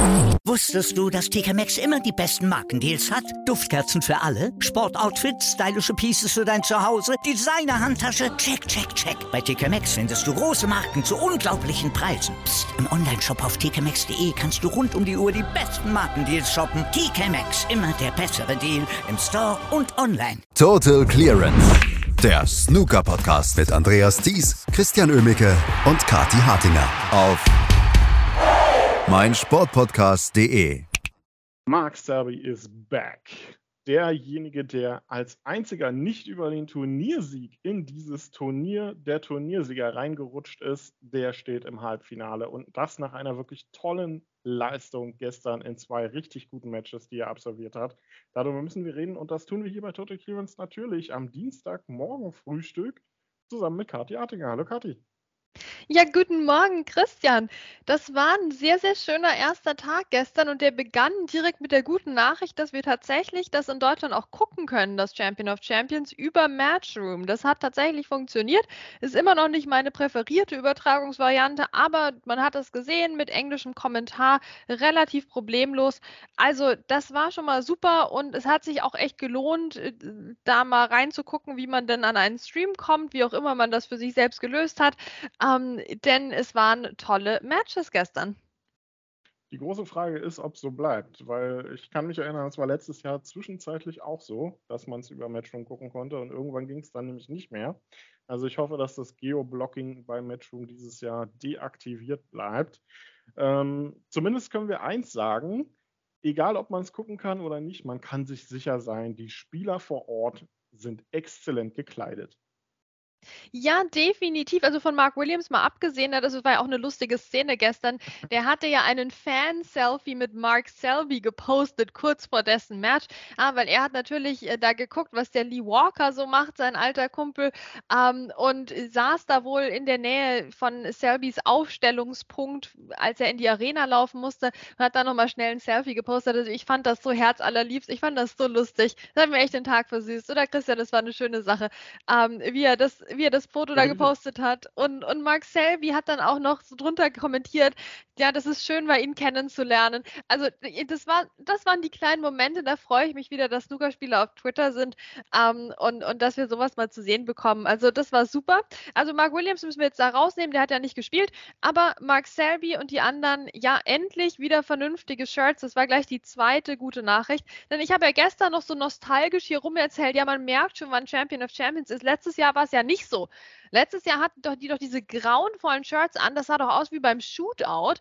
Wusstest du, dass TK Maxx immer die besten Markendeals hat? Duftkerzen für alle, Sportoutfits, stylische Pieces für dein Zuhause, Designer-Handtasche, check, check, check. Bei TK Maxx findest du große Marken zu unglaublichen Preisen. Psst. Im Onlineshop auf tkmaxx.de kannst du rund um die Uhr die besten Markendeals shoppen. TK Maxx, immer der bessere Deal im Store und online. Total Clearance. Der Snooker-Podcast mit Andreas Thies, Christian Oemicke und Kathi Hartinger auf meinsportpodcast.de. Mark Selby is back. Derjenige, der als einziger nicht über den Turniersieg in dieses Turnier der Turniersieger reingerutscht ist, der steht im Halbfinale. Und das nach einer wirklich tollen Leistung gestern in 2 richtig guten Matches, die er absolviert hat. Darüber müssen wir reden und das tun wir hier bei Total Clearance natürlich am Dienstagmorgen Frühstück zusammen mit Kathi Hartinger. Hallo Kathi. Ja, guten Morgen, Christian. Das war ein sehr, sehr schöner erster Tag gestern und der begann direkt mit der guten Nachricht, dass wir tatsächlich das in Deutschland auch gucken können, das Champion of Champions über Matchroom. Das hat tatsächlich funktioniert. Ist immer noch nicht meine präferierte Übertragungsvariante, aber man hat es gesehen mit englischem Kommentar relativ problemlos. Also das war schon mal super und es hat sich auch echt gelohnt, da mal reinzugucken, wie man denn an einen Stream kommt, wie auch immer man das für sich selbst gelöst hat. Denn es waren tolle Matches gestern. Die große Frage ist, ob es so bleibt, weil ich kann mich erinnern, es war letztes Jahr zwischenzeitlich auch so, dass man es über Matchroom gucken konnte und irgendwann ging es dann nämlich nicht mehr. Also ich hoffe, dass das Geoblocking bei Matchroom dieses Jahr deaktiviert bleibt. Zumindest können wir eins sagen, egal ob man es gucken kann oder nicht, man kann sich sicher sein, die Spieler vor Ort sind exzellent gekleidet. Ja, definitiv. Also von Mark Williams mal abgesehen, das war ja auch eine lustige Szene gestern. Der hatte ja einen Fan-Selfie mit Mark Selby gepostet, kurz vor dessen Match. Weil er hat natürlich da geguckt, was der Lee Walker so macht, sein alter Kumpel, und saß da wohl in der Nähe von Selbys Aufstellungspunkt, als er in die Arena laufen musste, und hat dann nochmal schnell ein Selfie gepostet. Also ich fand das so herzallerliebst, ich fand das so lustig. Das hat mir echt den Tag versüßt. Oder Christian, das war eine schöne Sache, wie er das Foto da gepostet hat. Und Mark Selby hat dann auch noch so drunter kommentiert, ja, das ist schön, war ihn kennenzulernen. Also das waren die kleinen Momente, da freue ich mich wieder, dass Snookerspieler auf Twitter sind, und dass wir sowas mal zu sehen bekommen. Also das war super. Also Mark Williams müssen wir jetzt da rausnehmen, der hat ja nicht gespielt, aber Mark Selby und die anderen, ja, endlich wieder vernünftige Shirts. Das war gleich die zweite gute Nachricht. Denn ich habe ja gestern noch so nostalgisch hier rum erzählt, ja, man merkt schon, wann Champion of Champions ist. Letztes Jahr war es ja nicht so. Letztes Jahr hatten doch diese grauenvollen Shirts an, das sah doch aus wie beim Shootout,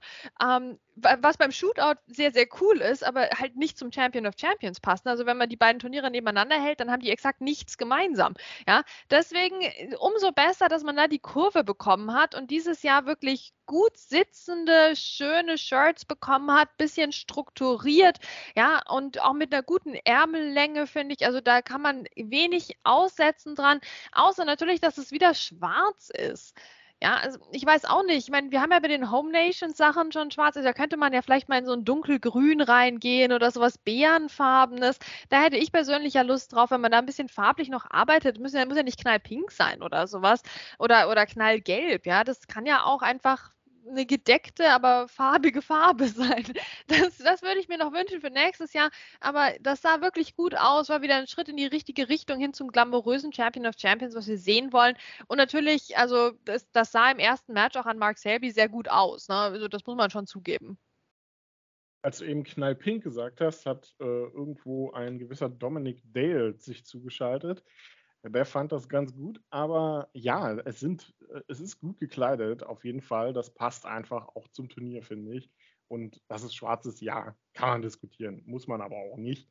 was beim Shootout sehr, sehr cool ist, aber halt nicht zum Champion of Champions passt. Also wenn man die beiden Turniere nebeneinander hält, dann haben die exakt nichts gemeinsam. Ja, deswegen umso besser, dass man da die Kurve bekommen hat und dieses Jahr wirklich gut sitzende, schöne Shirts bekommen hat, bisschen strukturiert, ja, und auch mit einer guten Ärmellänge, finde ich. Also da kann man wenig aussetzen dran, außer natürlich, dass es wieder schwarz ist. Ja, also ich weiß auch nicht. Ich meine, wir haben ja bei den Home Nations Sachen schon schwarz. Also da könnte man ja vielleicht mal in so ein dunkelgrün reingehen oder sowas Beerenfarbenes. Da hätte ich persönlich ja Lust drauf, wenn man da ein bisschen farblich noch arbeitet. Muss ja nicht knallpink sein oder sowas. Oder knallgelb. Ja, das kann ja auch einfach eine gedeckte, aber farbige Farbe sein. Das würde ich mir noch wünschen für nächstes Jahr. Aber das sah wirklich gut aus, war wieder ein Schritt in die richtige Richtung hin zum glamourösen Champion of Champions, was wir sehen wollen. Und natürlich, also das sah im ersten Match auch an Mark Selby sehr gut aus. Ne? Also das muss man schon zugeben. Als du eben knallpink gesagt hast, hat irgendwo ein gewisser Dominic Dale sich zugeschaltet. Der fand das ganz gut, aber ja, es ist gut gekleidet, auf jeden Fall. Das passt einfach auch zum Turnier, finde ich. Und das ist schwarzes, ja, kann man diskutieren, muss man aber auch nicht.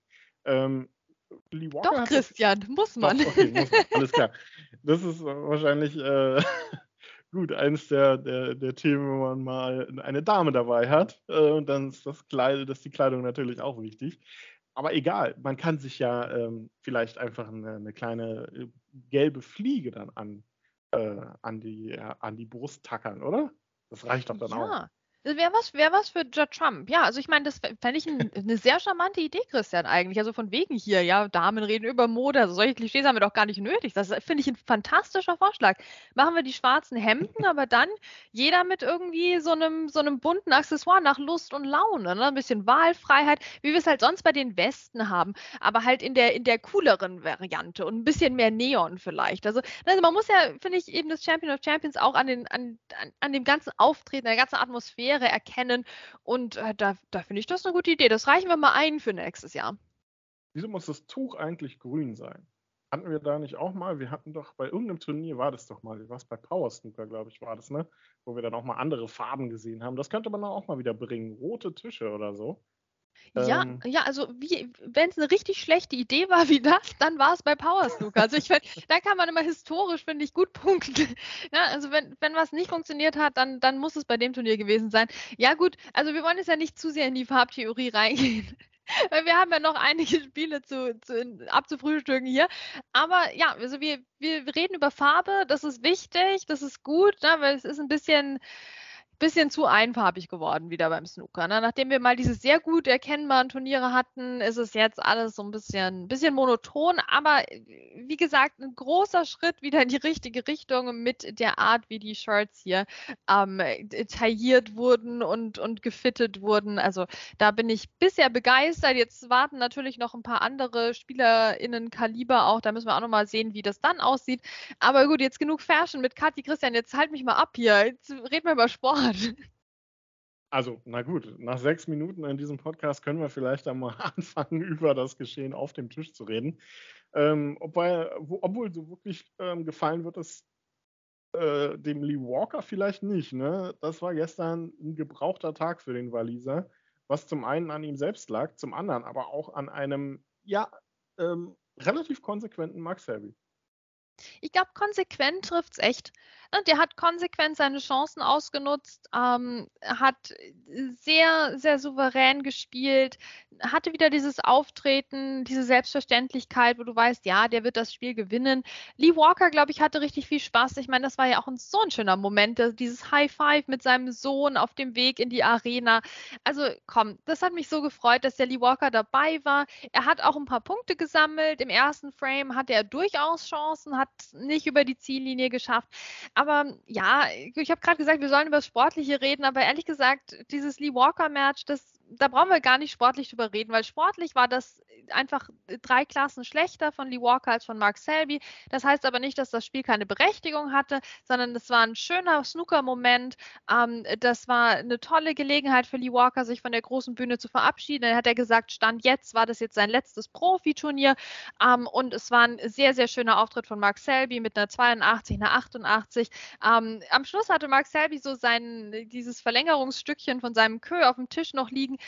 Lee Walker Doch, hat Christian, muss man. Doch, okay, muss man, alles klar. Das ist wahrscheinlich gut, eines der Themen, wenn man mal eine Dame dabei hat. Und dann ist ist die Kleidung natürlich auch wichtig. Aber egal, man kann sich ja vielleicht einfach eine kleine gelbe Fliege dann an die Brust tackern, oder? Das reicht doch dann auch. Ja. Das wär was für Trump. Ja, also ich meine, das fände ich eine sehr charmante Idee, Christian, eigentlich. Also von wegen hier, ja, Damen reden über Mode. Also solche Klischees haben wir doch gar nicht nötig. Das finde ich ein fantastischer Vorschlag. Machen wir die schwarzen Hemden, aber dann jeder mit irgendwie so einem bunten Accessoire nach Lust und Laune. Ne? Ein bisschen Wahlfreiheit, wie wir es halt sonst bei den Westen haben, aber halt in der cooleren Variante und ein bisschen mehr Neon vielleicht. Also man muss ja, finde ich, eben das Champion of Champions auch an dem ganzen Auftreten, der ganzen Atmosphäre erkennen. Und da finde ich das eine gute Idee. Das reichen wir mal ein für nächstes Jahr. Wieso muss das Tuch eigentlich grün sein? Hatten wir da nicht auch mal, wir hatten doch bei irgendeinem Turnier, war das doch mal, was bei Power Snooker, glaube ich, war das, ne? Wo wir dann auch mal andere Farben gesehen haben. Das könnte man dann auch mal wieder bringen. Rote Tische oder so. Ja, ja, also wenn es eine richtig schlechte Idee war wie das, dann war es bei Power Snooker. Also ich finde, da kann man immer historisch, finde ich, gut punkten. Ja, also wenn was nicht funktioniert hat, dann muss es bei dem Turnier gewesen sein. Ja gut, also wir wollen jetzt ja nicht zu sehr in die Farbtheorie reingehen. Weil wir haben ja noch einige Spiele abzufrühstücken hier. Aber ja, also wir reden über Farbe, das ist wichtig, das ist gut, ne, weil es ist ein bisschen zu einfarbig geworden wieder beim Snooker. Ne? Nachdem wir mal diese sehr gut erkennbaren Turniere hatten, ist es jetzt alles so ein bisschen monoton. Aber wie gesagt, ein großer Schritt wieder in die richtige Richtung mit der Art, wie die Shirts hier tailliert wurden und gefittet wurden. Also da bin ich bisher begeistert. Jetzt warten natürlich noch ein paar andere SpielerInnen-Kaliber auch. Da müssen wir auch noch mal sehen, wie das dann aussieht. Aber gut, jetzt genug Fashion mit Kathi, Christian. Jetzt halt mich mal ab hier. Jetzt reden wir über Sport. Also, na gut, nach 6 Minuten in diesem Podcast können wir vielleicht einmal anfangen, über das Geschehen auf dem Tisch zu reden. Obwohl so wirklich gefallen wird es dem Lee Walker vielleicht nicht. Ne? Das war gestern ein gebrauchter Tag für den Waliser, was zum einen an ihm selbst lag, zum anderen aber auch an einem, ja, relativ konsequenten Max Herby. Ich glaube, konsequent trifft es echt. Der hat konsequent seine Chancen ausgenutzt, hat sehr, sehr souverän gespielt, hatte wieder dieses Auftreten, diese Selbstverständlichkeit, wo du weißt, ja, der wird das Spiel gewinnen. Lee Walker, glaube ich, hatte richtig viel Spaß. Ich meine, das war ja auch so ein schöner Moment, dieses High Five mit seinem Sohn auf dem Weg in die Arena. Also komm, das hat mich so gefreut, dass der Lee Walker dabei war. Er hat auch ein paar Punkte gesammelt. Im ersten Frame hatte er durchaus Chancen, hat nicht über die Ziellinie geschafft. Aber ja, ich habe gerade gesagt, wir sollen über das Sportliche reden, aber ehrlich gesagt, dieses Lee Walker-Match, da brauchen wir gar nicht sportlich drüber reden, weil sportlich war das einfach 3 Klassen schlechter von Lee Walker als von Mark Selby. Das heißt aber nicht, dass das Spiel keine Berechtigung hatte, sondern es war ein schöner Snooker-Moment. Das war eine tolle Gelegenheit für Lee Walker, sich von der großen Bühne zu verabschieden. Dann hat er gesagt, Stand jetzt war das jetzt sein letztes Profiturnier. Und es war ein sehr, sehr schöner Auftritt von Mark Selby mit einer 82, einer 88. Am Schluss hatte Mark Selby so dieses Verlängerungsstückchen von seinem Queue auf dem Tisch noch liegen,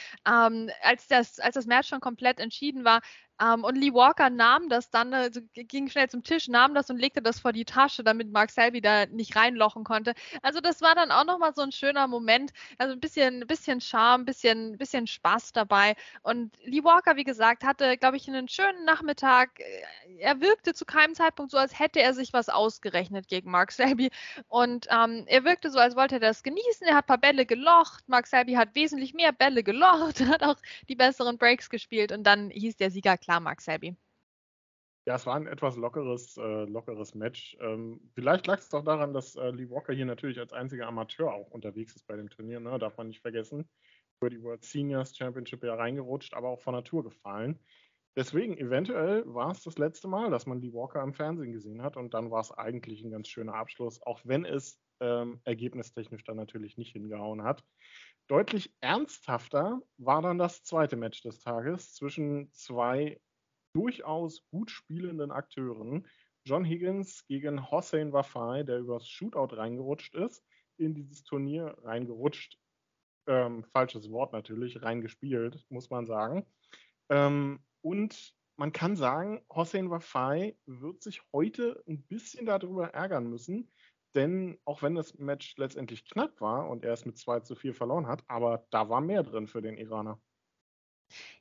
als das Match schon komplett entschieden war. Und Lee Walker nahm das dann, also ging schnell zum Tisch, nahm das und legte das vor die Tasche, damit Mark Selby da nicht reinlochen konnte. Also das war dann auch nochmal so ein schöner Moment. Also ein bisschen Charme, bisschen Spaß dabei. Und Lee Walker, wie gesagt, hatte, glaube ich, einen schönen Nachmittag. Er wirkte zu keinem Zeitpunkt so, als hätte er sich was ausgerechnet gegen Mark Selby. Und er wirkte so, als wollte er das genießen. Er hat ein paar Bälle gelocht. Mark Selby hat wesentlich mehr Bälle gelocht, hat auch die besseren Breaks gespielt. Und dann hieß der Sieger klar Mark Selby. Ja, es war ein etwas lockeres Match. Vielleicht lag es auch daran, dass Lee Walker hier natürlich als einziger Amateur auch unterwegs ist bei dem Turnier, ne? Darf man nicht vergessen. Über die World Seniors Championship ja reingerutscht, aber auch von Natur gefallen. Deswegen, eventuell war es das letzte Mal, dass man Lee Walker im Fernsehen gesehen hat und dann war es eigentlich ein ganz schöner Abschluss, auch wenn es ergebnistechnisch dann natürlich nicht hingehauen hat. Deutlich ernsthafter war dann das zweite Match des Tages zwischen zwei durchaus gut spielenden Akteuren. John Higgins gegen Hossein Wafai, der übers Shootout reingerutscht ist, in dieses Turnier reingerutscht. Falsches Wort natürlich, reingespielt, muss man sagen. Und man kann sagen, Hossein Wafai wird sich heute ein bisschen darüber ärgern müssen, denn auch wenn das Match letztendlich knapp war und er es mit 2:4 verloren hat, aber da war mehr drin für den Iraner.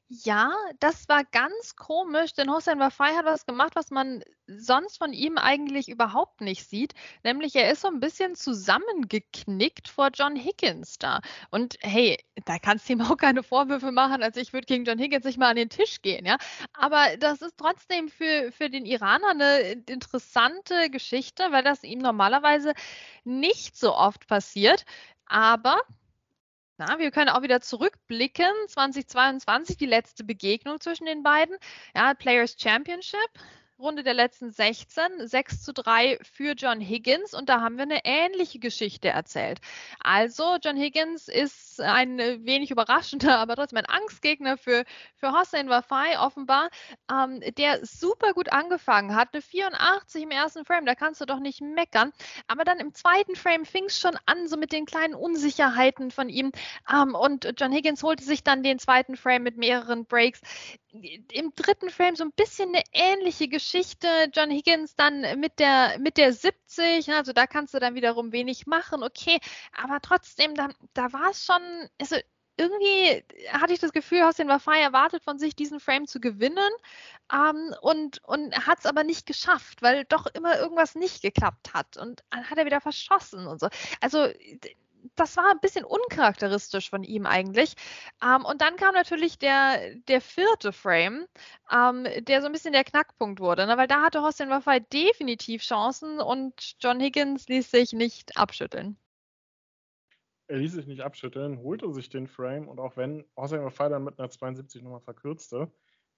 Ja, das war ganz komisch, denn Hossein Wafai hat was gemacht, was man sonst von ihm eigentlich überhaupt nicht sieht. Nämlich er ist so ein bisschen zusammengeknickt vor John Higgins da. Und hey, da kannst du ihm auch keine Vorwürfe machen. Also ich würde gegen John Higgins nicht mal an den Tisch gehen, ja. Aber das ist trotzdem für den Iraner eine interessante Geschichte, weil das ihm normalerweise nicht so oft passiert. Aber wir können auch wieder zurückblicken. 2022, die letzte Begegnung zwischen den beiden. Ja, Players Championship, Runde der letzten 16, 6:3 für John Higgins. Und da haben wir eine ähnliche Geschichte erzählt. Also, John Higgins ist ein wenig überraschender, aber trotzdem ein Angstgegner für Hossein Wafai offenbar, der super gut angefangen hat. Eine 84 im ersten Frame, da kannst du doch nicht meckern. Aber dann im zweiten Frame fing es schon an, so mit den kleinen Unsicherheiten von ihm. Und John Higgins holte sich dann den zweiten Frame mit mehreren Breaks. Im dritten Frame so ein bisschen eine ähnliche Geschichte. John Higgins dann mit der 70, also da kannst du dann wiederum wenig machen, okay. Aber trotzdem, da war es schon, also irgendwie hatte ich das Gefühl, Hossein Wafai erwartet von sich, diesen Frame zu gewinnen und hat es aber nicht geschafft, weil doch immer irgendwas nicht geklappt hat. Und dann hat er wieder verschossen und so. Also das war ein bisschen uncharakteristisch von ihm eigentlich. Und dann kam natürlich der vierte Frame, der so ein bisschen der Knackpunkt wurde, ne? Weil da hatte Hossein Wafai definitiv Chancen und John Higgins ließ sich nicht abschütteln. Er ließ sich nicht abschütteln, holte sich den Frame und auch wenn Hossein Wafai dann mit einer 72 nochmal verkürzte,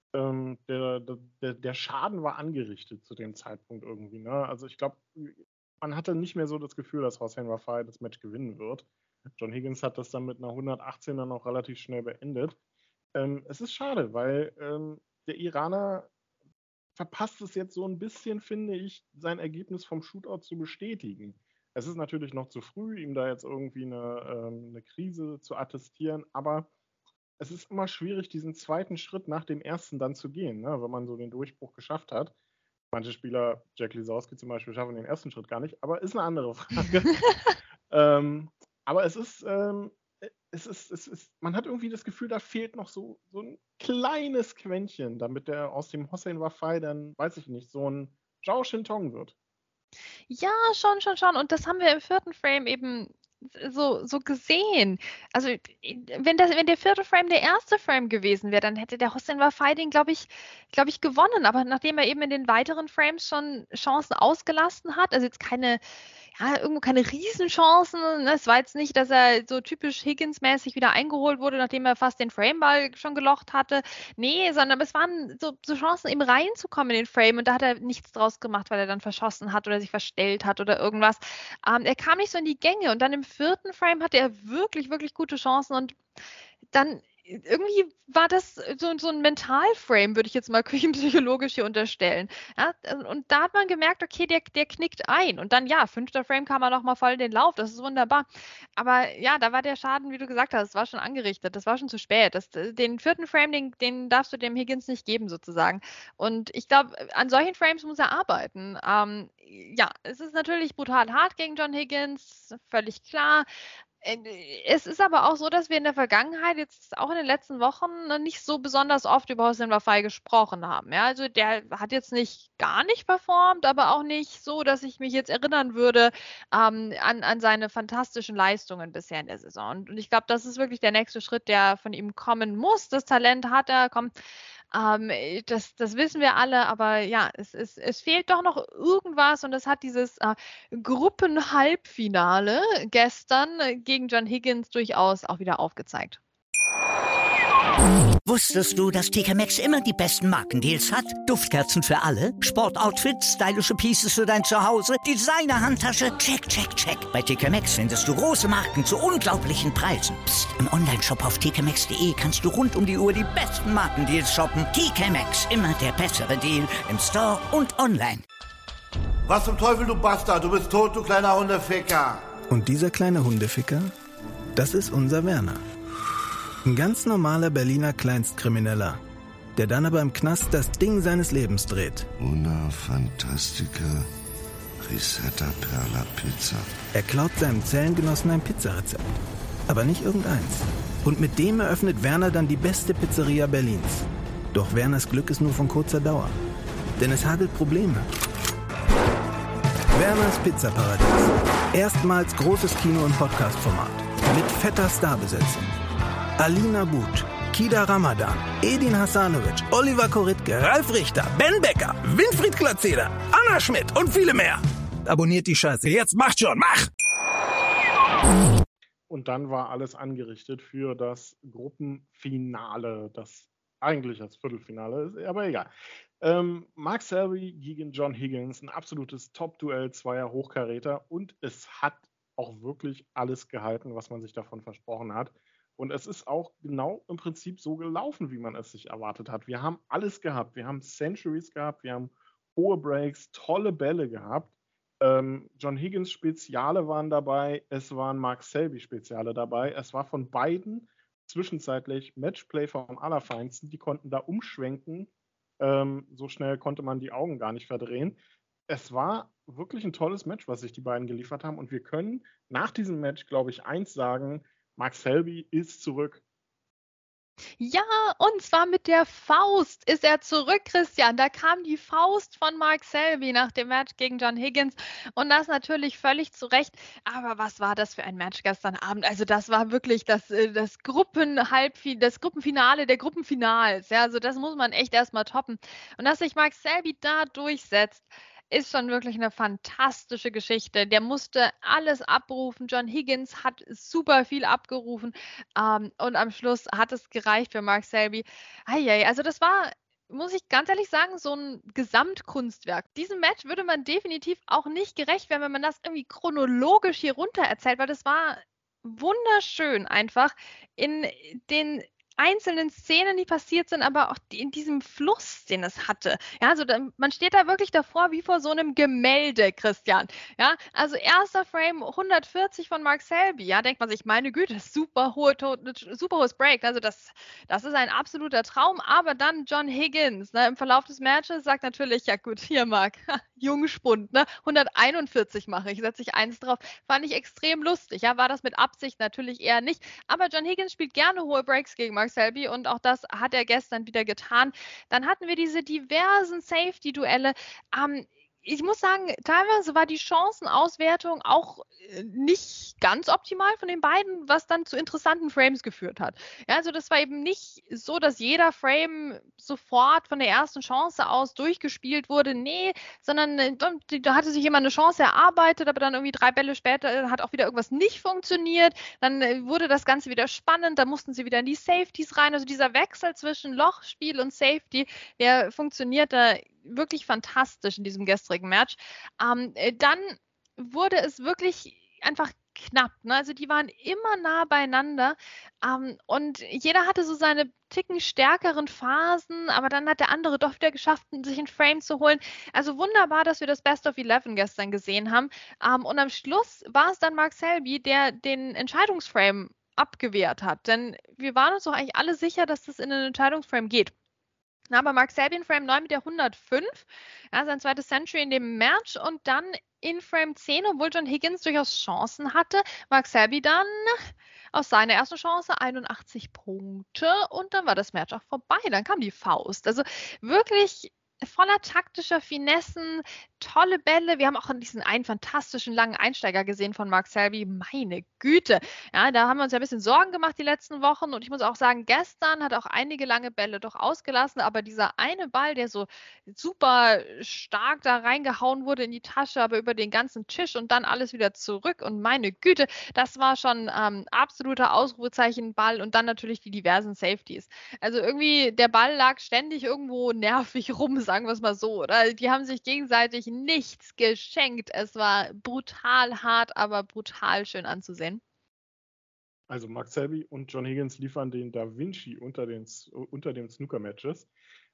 der Schaden war angerichtet zu dem Zeitpunkt irgendwie. Ne? Also ich glaube, man hatte nicht mehr so das Gefühl, dass Hossein Wafai das Match gewinnen wird. John Higgins hat das dann mit einer 118 dann auch relativ schnell beendet. Es ist schade, weil der Iraner verpasst es jetzt so ein bisschen, finde ich, sein Ergebnis vom Shootout zu bestätigen. Es ist natürlich noch zu früh, ihm da jetzt irgendwie eine Krise zu attestieren, aber es ist immer schwierig, diesen zweiten Schritt nach dem ersten dann zu gehen, ne? Wenn man so den Durchbruch geschafft hat. Manche Spieler, Jack Lisowski zum Beispiel, schaffen den ersten Schritt gar nicht, aber ist eine andere Frage. Aber es ist, man hat irgendwie das Gefühl, da fehlt noch so ein kleines Quäntchen, damit der aus dem Hossein Wafai dann, weiß ich nicht, so ein Zhao Shintong wird. Ja, schon. Und das haben wir im vierten Frame eben so gesehen. Also wenn der vierte Frame der erste Frame gewesen wäre, dann hätte der Hossein Wafai den, glaube ich, gewonnen. Aber nachdem er eben in den weiteren Frames schon Chancen ausgelassen hat, also jetzt keine Riesenchancen. Es war jetzt nicht, dass er so typisch Higgins-mäßig wieder eingeholt wurde, nachdem er fast den Frameball schon gelocht hatte. Nee, sondern es waren so Chancen, eben reinzukommen in den Frame und da hat er nichts draus gemacht, weil er dann verschossen hat oder sich verstellt hat oder irgendwas. Er kam nicht so in die Gänge und dann im vierten Frame hatte er wirklich, wirklich gute Chancen und dann irgendwie war das so ein Mentalframe, würde ich jetzt mal küchenpsychologisch hier unterstellen. Ja, und da hat man gemerkt, okay, der knickt ein. Und dann, ja, 5. Frame kam er nochmal voll in den Lauf. Das ist wunderbar. Aber ja, da war der Schaden, wie du gesagt hast, das war schon angerichtet. Das war schon zu spät. Den 4. Frame, den darfst du dem Higgins nicht geben, sozusagen. Und ich glaube, an solchen Frames muss er arbeiten. Ja, es ist natürlich brutal hart gegen John Higgins, völlig klar. Es ist aber auch so, dass wir in der Vergangenheit, jetzt auch in den letzten Wochen, nicht so besonders oft über Hossein Wafai gesprochen haben. Ja, also der hat jetzt nicht gar nicht performt, aber auch nicht so, dass ich mich jetzt erinnern würde an seine fantastischen Leistungen bisher in der Saison. Und ich glaube, das ist wirklich der nächste Schritt, der von ihm kommen muss. Das Talent hat er, das wissen wir alle, aber ja, es fehlt doch noch irgendwas und das hat dieses Gruppenhalbfinale gestern gegen John Higgins durchaus auch wieder aufgezeigt. Wusstest du, dass TK Maxx immer die besten Markendeals hat? Duftkerzen für alle, Sportoutfits, stylische Pieces für dein Zuhause, Designer-Handtasche, check. Bei TK Maxx findest du große Marken zu unglaublichen Preisen. Psst. Im Onlineshop auf tkmaxx.de kannst du rund um die Uhr die besten Markendeals shoppen. TK Maxx, immer der bessere Deal im Store und online. Was zum Teufel, du Bastard? Du bist tot, du kleiner Hundeficker. Und dieser kleine Hundeficker, das ist unser Werner. Ein ganz normaler Berliner Kleinstkrimineller, der dann aber im Knast das Ding seines Lebens dreht. Una Fantastica Risetta Perla Pizza. Er klaut seinem Zellengenossen ein Pizzarezept. Aber nicht irgendeins. Und mit dem eröffnet Werner dann die beste Pizzeria Berlins. Doch Werners Glück ist nur von kurzer Dauer. Denn es hagelt Probleme. Werners Pizzaparadies. Erstmals großes Kino- und Podcast-Format. Mit fetter Starbesetzung. Alina But, Kida Ramadan, Edin Hasanovic, Oliver Koritke, Ralf Richter, Ben Becker, Winfried Glatzeder, Anna Schmidt und viele mehr. Abonniert die Scheiße. Jetzt macht schon, mach! Und dann war alles angerichtet für das Gruppenfinale, das eigentlich als Viertelfinale ist, aber egal. Mark Selby gegen John Higgins, ein absolutes Top-Duell zweier Hochkaräter und es hat auch wirklich alles gehalten, was man sich davon versprochen hat. Und es ist auch genau im Prinzip so gelaufen, wie man es sich erwartet hat. Wir haben alles gehabt. Wir haben Centuries gehabt, wir haben hohe Breaks, tolle Bälle gehabt. John Higgins Speziale waren dabei, es waren Mark Selby Speziale dabei. Es war von beiden zwischenzeitlich Matchplay vom Allerfeinsten. Die konnten da umschwenken. So schnell konnte man die Augen gar nicht verdrehen. Es war wirklich ein tolles Match, was sich die beiden geliefert haben. Und wir können nach diesem Match, glaube ich, eins sagen: Mark Selby ist zurück. Ja, und zwar mit der Faust ist er zurück, Christian. Da kam die Faust von Mark Selby nach dem Match gegen John Higgins und das natürlich völlig zu Recht. Aber was war das für ein Match gestern Abend? Also das war wirklich das Gruppenfinale der Gruppenfinals. Ja, also das muss man echt erstmal toppen. Und dass sich Mark Selby da durchsetzt, ist schon wirklich eine fantastische Geschichte. Der musste alles abrufen. John Higgins hat super viel abgerufen. Und am Schluss hat es gereicht für Mark Selby. Also das war, muss ich ganz ehrlich sagen, so ein Gesamtkunstwerk. Diesem Match würde man definitiv auch nicht gerecht werden, wenn man das irgendwie chronologisch hier runter erzählt, weil das war wunderschön einfach in den einzelnen Szenen, die passiert sind, aber auch in diesem Fluss, den es hatte. Ja, also man steht da wirklich davor wie vor so einem Gemälde, Christian. Ja, also erster Frame 140 von Mark Selby. Ja, denkt man sich, meine Güte, super hohes Break. Also das ist ein absoluter Traum. Aber dann John Higgins, ne, im Verlauf des Matches sagt natürlich, ja gut, hier Mark, Jungspund, ne, 141 mache ich, setze ich 1 drauf. Fand ich extrem lustig. Ja, war das mit Absicht? Natürlich eher nicht. Aber John Higgins spielt gerne hohe Breaks gegen Mark Selby und auch das hat er gestern wieder getan. Dann hatten wir diese diversen Safety-Duelle. Ich muss sagen, teilweise war die Chancenauswertung auch nicht ganz optimal von den beiden, was dann zu interessanten Frames geführt hat. Ja, also das war eben nicht so, dass jeder Frame sofort von der ersten Chance aus durchgespielt wurde. Nee, sondern da hatte sich jemand eine Chance erarbeitet, aber dann irgendwie 3 Bälle später hat auch wieder irgendwas nicht funktioniert. Dann wurde das Ganze wieder spannend, da mussten sie wieder in die Safeties rein. Also dieser Wechsel zwischen Lochspiel und Safety, der funktionierte wirklich fantastisch in diesem gestrigen Match. Dann wurde es wirklich einfach knapp. Ne? Also die waren immer nah beieinander und jeder hatte so seine Ticken stärkeren Phasen, aber dann hat der andere doch wieder geschafft, sich einen Frame zu holen. Also wunderbar, dass wir das Best of 11 gestern gesehen haben. Und am Schluss war es dann Mark Selby, der den Entscheidungsframe abgewehrt hat. Denn wir waren uns doch eigentlich alle sicher, dass das in den Entscheidungsframe geht. Aber Mark Selby in Frame 9 mit der 105, ja, sein zweites Century in dem Match und dann in Frame 10, obwohl John Higgins durchaus Chancen hatte, Mark Selby dann aus seiner ersten Chance 81 Punkte und dann war das Match auch vorbei. Dann kam die Faust. Also wirklich voller taktischer Finessen, tolle Bälle. Wir haben auch diesen einen fantastischen langen Einsteiger gesehen von Mark Selby. Meine Güte. Ja, da haben wir uns ja ein bisschen Sorgen gemacht die letzten Wochen. Und ich muss auch sagen, gestern hat auch einige lange Bälle doch ausgelassen. Aber dieser eine Ball, der so super stark da reingehauen wurde in die Tasche, aber über den ganzen Tisch und dann alles wieder zurück. Und meine Güte, das war schon absoluter Ausrufezeichen-Ball. Und dann natürlich die diversen Safeties. Also irgendwie, der Ball lag ständig irgendwo nervig rum, sagen wir es mal so. Oder? Die haben sich gegenseitig nichts geschenkt. Es war brutal hart, aber brutal schön anzusehen. Also Mark Selby und John Higgins liefern den Da Vinci unter den Snooker-Matches.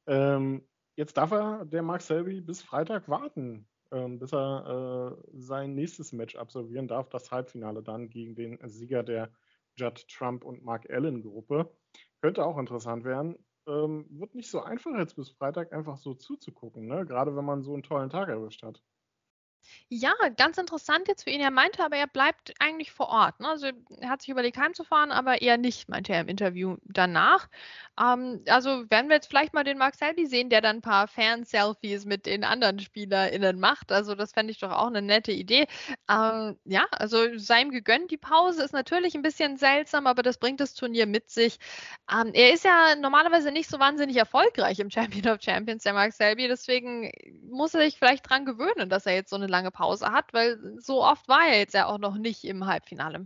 Jetzt darf der Mark Selby bis Freitag warten, bis er sein nächstes Match absolvieren darf, das Halbfinale dann gegen den Sieger der Judd Trump und Mark Allen Gruppe. Könnte auch interessant werden. Wird nicht so einfach jetzt bis Freitag einfach so zuzugucken, ne? Gerade wenn man so einen tollen Tag erwischt hat. Ja, ganz interessant jetzt für ihn. Er meinte aber, er bleibt eigentlich vor Ort. Ne? Also er hat sich überlegt, heimzufahren, aber eher nicht, meinte er im Interview danach. Also werden wir jetzt vielleicht mal den Mark Selby sehen, der dann ein paar Fan-Selfies mit den anderen SpielerInnen macht. Also das fände ich doch auch eine nette Idee. Ja, also sei ihm gegönnt. Die Pause ist natürlich ein bisschen seltsam, aber das bringt das Turnier mit sich. Er ist ja normalerweise nicht so wahnsinnig erfolgreich im Champion of Champions, der Mark Selby. Deswegen muss er sich vielleicht dran gewöhnen, dass er jetzt so eine lange Pause hat, weil so oft war er jetzt ja auch noch nicht im Halbfinale.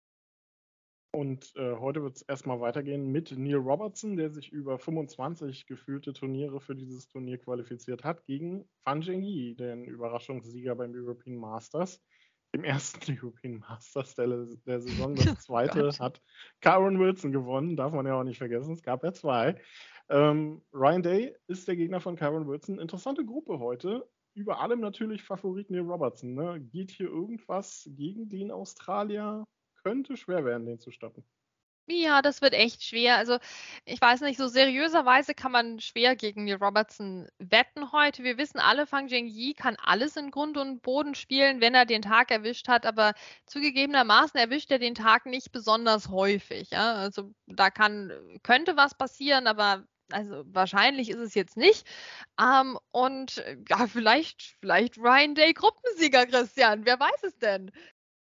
Und heute wird es erstmal weitergehen mit Neil Robertson, der sich über 25 gefühlte Turniere für dieses Turnier qualifiziert hat, gegen Fan Zhengyi, den Überraschungssieger beim European Masters, dem ersten European Masters der Saison. Das zweite hat Kyron Wilson gewonnen, darf man ja auch nicht vergessen, es gab ja zwei. Ryan Day ist der Gegner von Kyron Wilson. Interessante Gruppe heute. Über allem natürlich Favorit Neil Robertson. Ne? Geht hier irgendwas gegen den Australier? Könnte schwer werden, den zu stoppen. Ja, das wird echt schwer. Also ich weiß nicht, so seriöserweise kann man schwer gegen Neil Robertson wetten heute. Wir wissen alle, Fan Zhengyi kann alles in Grund und Boden spielen, wenn er den Tag erwischt hat, aber zugegebenermaßen erwischt er den Tag nicht besonders häufig. Ja? Also da könnte was passieren, aber also wahrscheinlich ist es jetzt nicht. Und ja, vielleicht Ryan Day Gruppensieger, Christian. Wer weiß es denn?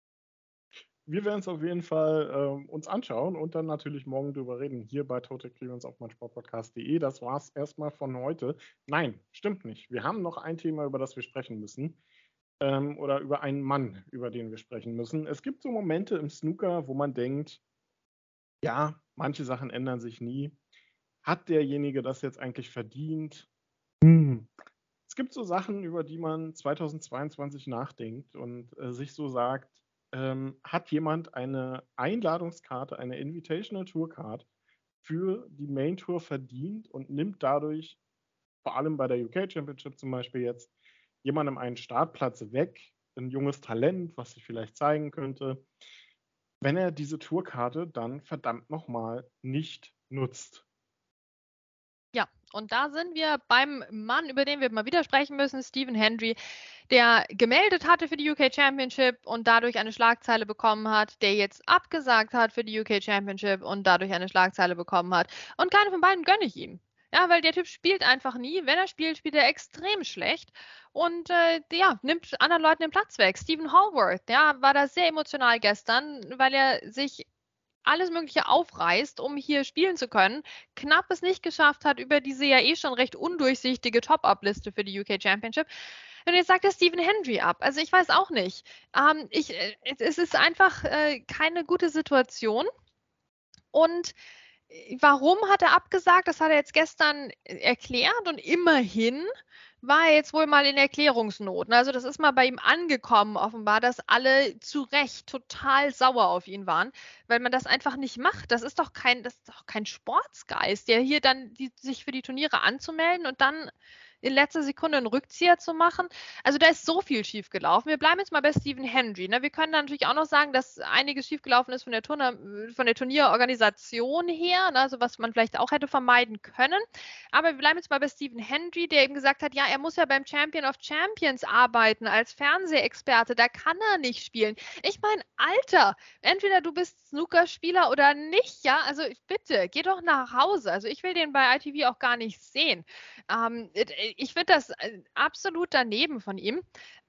Wir werden es auf jeden Fall uns anschauen und dann natürlich morgen drüber reden, hier bei Total Clearance auf meinsportpodcast.de. Das war es erstmal von heute. Nein, stimmt nicht. Wir haben noch ein Thema, über das wir sprechen müssen. Oder über einen Mann, über den wir sprechen müssen. Es gibt so Momente im Snooker, wo man denkt, ja, manche Sachen ändern sich nie. Hat derjenige das jetzt eigentlich verdient? Es gibt so Sachen, über die man 2022 nachdenkt und sich so sagt, hat jemand eine Einladungskarte, eine Invitational Tour Card für die Main Tour verdient und nimmt dadurch, vor allem bei der UK Championship zum Beispiel jetzt, jemandem einen Startplatz weg, ein junges Talent, was sich vielleicht zeigen könnte, wenn er diese Tourkarte dann verdammt nochmal nicht nutzt. Ja, und da sind wir beim Mann, über den wir mal wieder sprechen müssen, Stephen Hendry, der gemeldet hatte für die UK Championship und dadurch eine Schlagzeile bekommen hat, der jetzt abgesagt hat für die UK Championship und dadurch eine Schlagzeile bekommen hat. Und keine von beiden gönne ich ihm. Ja, weil der Typ spielt einfach nie. Wenn er spielt, spielt er extrem schlecht und ja, nimmt anderen Leuten den Platz weg. Stephen Hallworth, ja, war da sehr emotional gestern, weil er sich alles Mögliche aufreißt, um hier spielen zu können, knapp es nicht geschafft hat über diese ja eh schon recht undurchsichtige Top-Up-Liste für die UK Championship. Und jetzt sagt er Stephen Hendry ab. Also ich weiß auch nicht. Es ist einfach keine gute Situation. Und warum hat er abgesagt? Das hat er jetzt gestern erklärt und immerhin war er jetzt wohl mal in Erklärungsnot. Also das ist mal bei ihm angekommen, offenbar, dass alle zu Recht total sauer auf ihn waren, weil man das einfach nicht macht. Das ist doch kein Sportsgeist, der hier dann sich für die Turniere anzumelden und dann in letzter Sekunde einen Rückzieher zu machen. Also da ist so viel schiefgelaufen. Wir bleiben jetzt mal bei Stephen Hendry. Ne? Wir können dann natürlich auch noch sagen, dass einiges schiefgelaufen ist von der Turnierorganisation her, ne? Also was man vielleicht auch hätte vermeiden können. Aber wir bleiben jetzt mal bei Stephen Hendry, der eben gesagt hat, ja, er muss ja beim Champion of Champions arbeiten als Fernsehexperte. Da kann er nicht spielen. Ich meine, Alter, entweder du bist Snookerspieler oder nicht, ja? Also bitte, geh doch nach Hause. Also ich will den bei ITV auch gar nicht sehen. Ich finde das absolut daneben von ihm.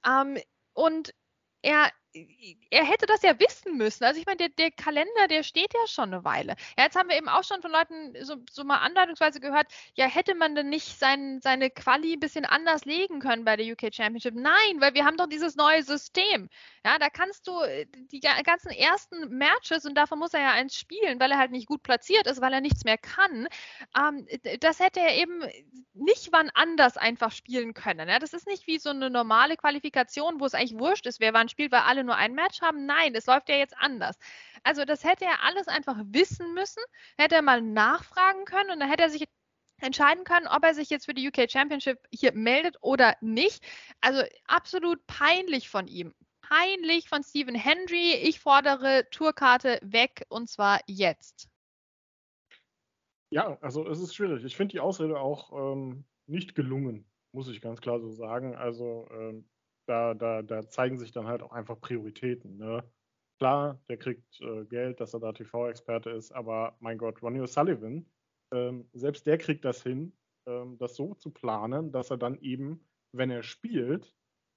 Und er hätte das ja wissen müssen. Also ich meine, der Kalender, der steht ja schon eine Weile. Ja, jetzt haben wir eben auch schon von Leuten so mal andeutungsweise gehört, ja, hätte man denn nicht seine Quali ein bisschen anders legen können bei der UK Championship? Nein, weil wir haben doch dieses neue System. Ja, da kannst du die ganzen ersten Matches, und davon muss er ja eins spielen, weil er halt nicht gut platziert ist, weil er nichts mehr kann, das hätte er eben nicht wann anders einfach spielen können. Ja? Das ist nicht wie so eine normale Qualifikation, wo es eigentlich wurscht ist, wer wann spielt, weil alle nur ein Match haben. Nein, es läuft ja jetzt anders. Also das hätte er alles einfach wissen müssen, hätte er mal nachfragen können und dann hätte er sich entscheiden können, ob er sich jetzt für die UK Championship hier meldet oder nicht. Also absolut peinlich von ihm. Peinlich von Stephen Hendry. Ich fordere Tourkarte weg und zwar jetzt. Ja, also es ist schwierig. Ich finde die Ausrede auch nicht gelungen, muss ich ganz klar so sagen. Also da zeigen sich dann halt auch einfach Prioritäten. Ne? Klar, der kriegt Geld, dass er da TV-Experte ist, aber mein Gott, Ronnie O'Sullivan, selbst der kriegt das hin, das so zu planen, dass er dann eben, wenn er spielt,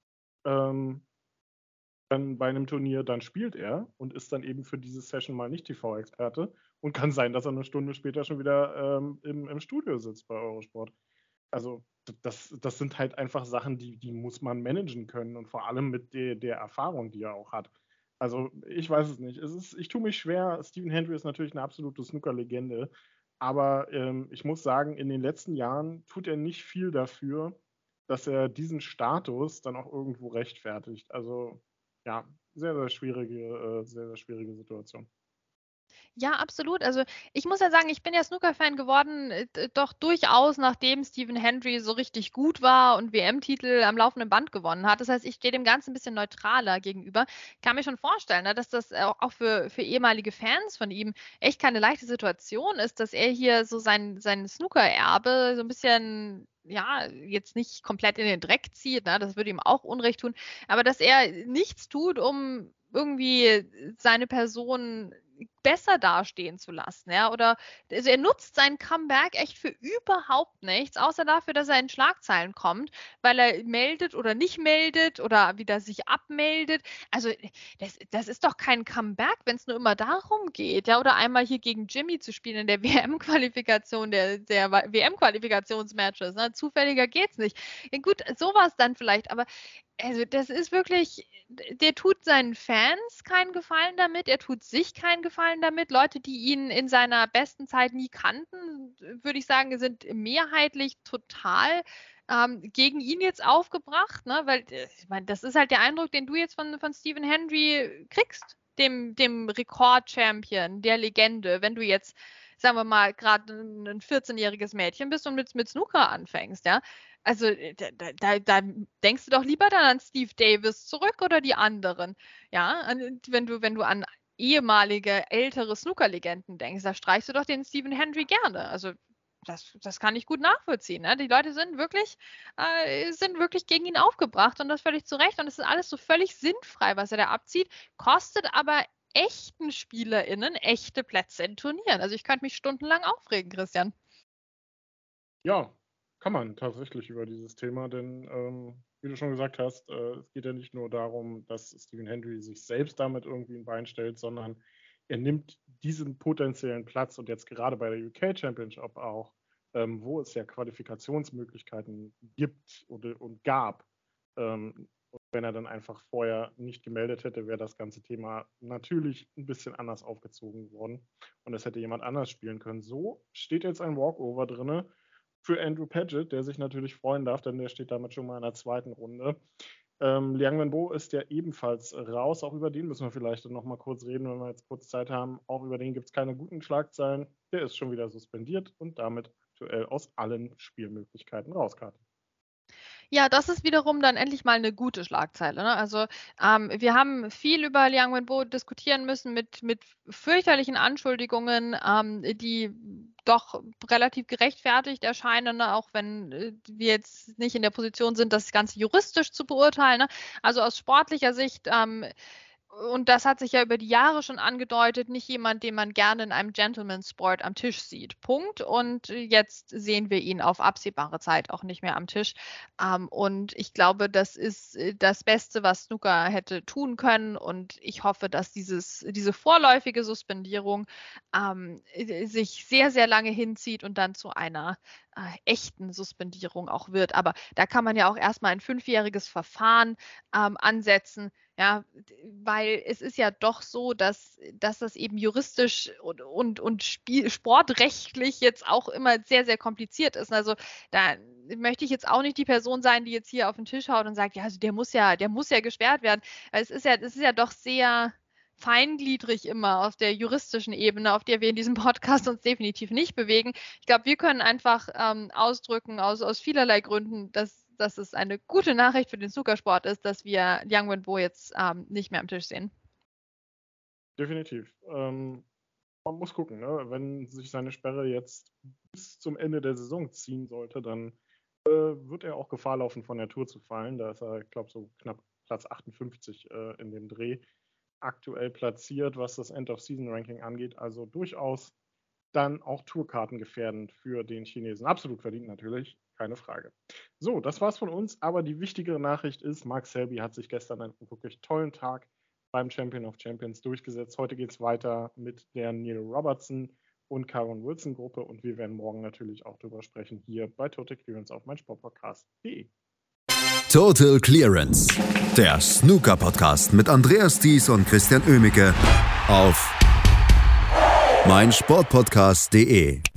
dann bei einem Turnier, dann spielt er und ist dann eben für diese Session mal nicht TV-Experte und kann sein, dass er eine Stunde später schon wieder im Studio sitzt bei Eurosport. Also das sind halt einfach Sachen, die muss man managen können und vor allem mit der Erfahrung, die er auch hat. Also ich weiß es nicht. Ich tue mich schwer. Stephen Hendry ist natürlich eine absolute Snooker-Legende, aber ich muss sagen, in den letzten Jahren tut er nicht viel dafür, dass er diesen Status dann auch irgendwo rechtfertigt. Also ja, sehr, sehr schwierige Situation. Ja, absolut. Also ich muss ja sagen, ich bin ja Snooker-Fan geworden, doch durchaus nachdem Stephen Hendry so richtig gut war und WM-Titel am laufenden Band gewonnen hat. Das heißt, ich stehe dem Ganzen ein bisschen neutraler gegenüber. Ich kann mir schon vorstellen, ne, dass das auch für ehemalige Fans von ihm echt keine leichte Situation ist, dass er hier so sein Snooker-Erbe so ein bisschen, ja, jetzt nicht komplett in den Dreck zieht, ne? Das würde ihm auch Unrecht tun, aber dass er nichts tut, um irgendwie seine Person besser dastehen zu lassen, ja, oder also er nutzt sein Comeback echt für überhaupt nichts, außer dafür, dass er in Schlagzeilen kommt, weil er meldet oder nicht meldet oder wieder sich abmeldet. Also das ist doch kein Comeback, wenn es nur immer darum geht, ja, oder einmal hier gegen Jimmy zu spielen in der WM-Qualifikation, der WM-Qualifikationsmatches, ne? Zufälliger geht's nicht. Ja, gut, sowas dann vielleicht, aber also das ist wirklich, der tut seinen Fans keinen Gefallen damit, er tut sich keinen Gefallen damit. Leute, die ihn in seiner besten Zeit nie kannten, würde ich sagen, sind mehrheitlich total gegen ihn jetzt aufgebracht, ne? Weil ich meine, das ist halt der Eindruck, den du jetzt von Stephen Hendry kriegst, dem Rekord-Champion, der Legende, wenn du jetzt, sagen wir mal, gerade ein 14-jähriges Mädchen bist und mit Snooker anfängst, ja. Also da denkst du doch lieber dann an Steve Davis zurück oder die anderen. Ja, wenn du an ehemalige, ältere Snooker-Legenden denkst, da streichst du doch den Stephen Hendry gerne. Also das kann ich gut nachvollziehen. Ne? Die Leute sind wirklich gegen ihn aufgebracht und das völlig zu Recht. Und es ist alles so völlig sinnfrei, was er da abzieht, kostet aber echten SpielerInnen echte Plätze in Turnieren. Also ich könnte mich stundenlang aufregen, Christian. Ja, kann man tatsächlich über dieses Thema, denn wie du schon gesagt hast, es geht ja nicht nur darum, dass Stephen Hendry sich selbst damit irgendwie ein Bein stellt, sondern er nimmt diesen potenziellen Platz und jetzt gerade bei der UK Championship auch, wo es ja Qualifikationsmöglichkeiten gibt und gab. Und wenn er dann einfach vorher nicht gemeldet hätte, wäre das ganze Thema natürlich ein bisschen anders aufgezogen worden und es hätte jemand anders spielen können. So steht jetzt ein Walkover drinne für Andrew Paget, der sich natürlich freuen darf, denn der steht damit schon mal in der zweiten Runde. Liang Wenbo ist ja ebenfalls raus. Auch über den müssen wir vielleicht noch mal kurz reden, wenn wir jetzt kurz Zeit haben. Auch über den gibt es keine guten Schlagzeilen. Der ist schon wieder suspendiert und damit aktuell aus allen Spielmöglichkeiten raus, Kathi. Ja, das ist wiederum dann endlich mal eine gute Schlagzeile. Ne? Also wir haben viel über Liang Wenbo diskutieren müssen mit fürchterlichen Anschuldigungen, die doch relativ gerechtfertigt erscheinen, ne? Auch wenn wir jetzt nicht in der Position sind, das Ganze juristisch zu beurteilen. Ne? Also aus sportlicher Sicht und das hat sich ja über die Jahre schon angedeutet, nicht jemand, den man gerne in einem Gentleman-Sport am Tisch sieht. Punkt. Und jetzt sehen wir ihn auf absehbare Zeit auch nicht mehr am Tisch. Und ich glaube, das ist das Beste, was Snooker hätte tun können. Und ich hoffe, dass diese vorläufige Suspendierung sich sehr, sehr lange hinzieht und dann zu einer echten Suspendierung auch wird. Aber da kann man ja auch erstmal ein 5-jähriges Verfahren ansetzen. Ja, weil es ist ja doch so, dass das eben juristisch und sportrechtlich jetzt auch immer sehr, sehr kompliziert ist. Also da möchte ich jetzt auch nicht die Person sein, die jetzt hier auf den Tisch haut und sagt, ja, also der muss ja gesperrt werden. Weil es ist ja doch sehr feingliedrig immer auf der juristischen Ebene, auf der wir in diesem Podcast uns definitiv nicht bewegen. Ich glaube, wir können einfach ausdrücken aus vielerlei Gründen, dass es eine gute Nachricht für den Snookersport ist, dass wir Liang Wenbo jetzt nicht mehr am Tisch sehen. Definitiv. Man muss gucken, ne? Wenn sich seine Sperre jetzt bis zum Ende der Saison ziehen sollte, dann wird er auch Gefahr laufen, von der Tour zu fallen. Da ist er, ich glaube, so knapp Platz 58 in dem Dreh aktuell platziert, was das End-of-Season-Ranking angeht. Also durchaus dann auch Tourkarten gefährdend für den Chinesen. Absolut verdient natürlich, keine Frage. So, das war's von uns. Aber die wichtigere Nachricht ist, Mark Selby hat sich gestern einen wirklich tollen Tag beim Champion of Champions durchgesetzt. Heute geht es weiter mit der Neil Robertson und Kyron Wilson Gruppe und wir werden morgen natürlich auch drüber sprechen hier bei Total Clearance auf meinsportpodcast.de. Total Clearance, der Snooker-Podcast mit Andreas Thies und Christian Oemicke auf meinsportpodcast.de.